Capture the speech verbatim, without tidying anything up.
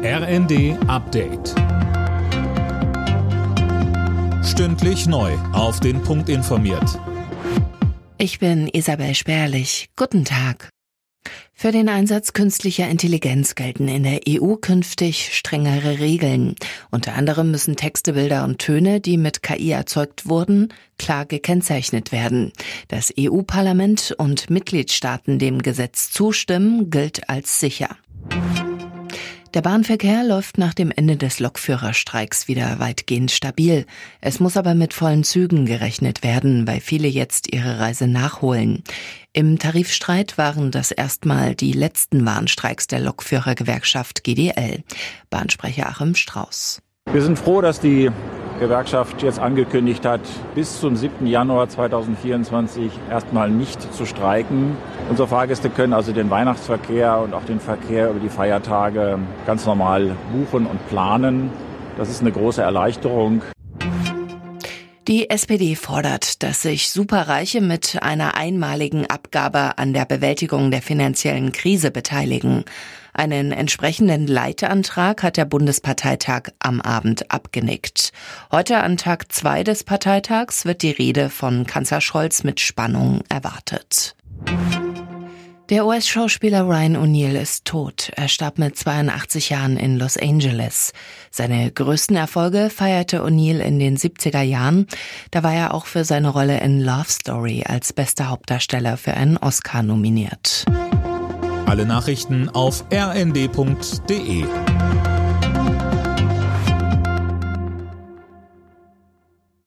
R N D Update. Stündlich neu auf den Punkt informiert. Ich bin Isabel Sperlich. Guten Tag. Für den Einsatz künstlicher Intelligenz gelten in der E U künftig strengere Regeln. Unter anderem müssen Texte, Bilder und Töne, die mit K I erzeugt wurden, klar gekennzeichnet werden. Dass E U-Parlament und Mitgliedstaaten dem Gesetz zustimmen, gilt als sicher. Der Bahnverkehr läuft nach dem Ende des Lokführerstreiks wieder weitgehend stabil. Es muss aber mit vollen Zügen gerechnet werden, weil viele jetzt ihre Reise nachholen. Im Tarifstreit waren das erstmal die letzten Warnstreiks der Lokführergewerkschaft G D L. Bahnsprecher Achim Strauß. Wir sind froh, dass die Gewerkschaft jetzt angekündigt hat, bis zum siebten Januar zweitausendvierundzwanzig erstmal nicht zu streiken. Unsere Fahrgäste können also den Weihnachtsverkehr und auch den Verkehr über die Feiertage ganz normal buchen und planen. Das ist eine große Erleichterung. Die S P D fordert, dass sich Superreiche mit einer einmaligen Abgabe an der Bewältigung der finanziellen Krise beteiligen. Einen entsprechenden Leitantrag hat der Bundesparteitag am Abend abgenickt. Heute an Tag zwei des Parteitags wird die Rede von Kanzler Scholz mit Spannung erwartet. Der U S-Schauspieler Ryan O'Neal ist tot. Er starb mit zweiundachtzig Jahren in Los Angeles. Seine größten Erfolge feierte O'Neal in den siebziger Jahren. Da war er auch für seine Rolle in Love Story als bester Hauptdarsteller für einen Oscar nominiert. Alle Nachrichten auf r n d punkt d e.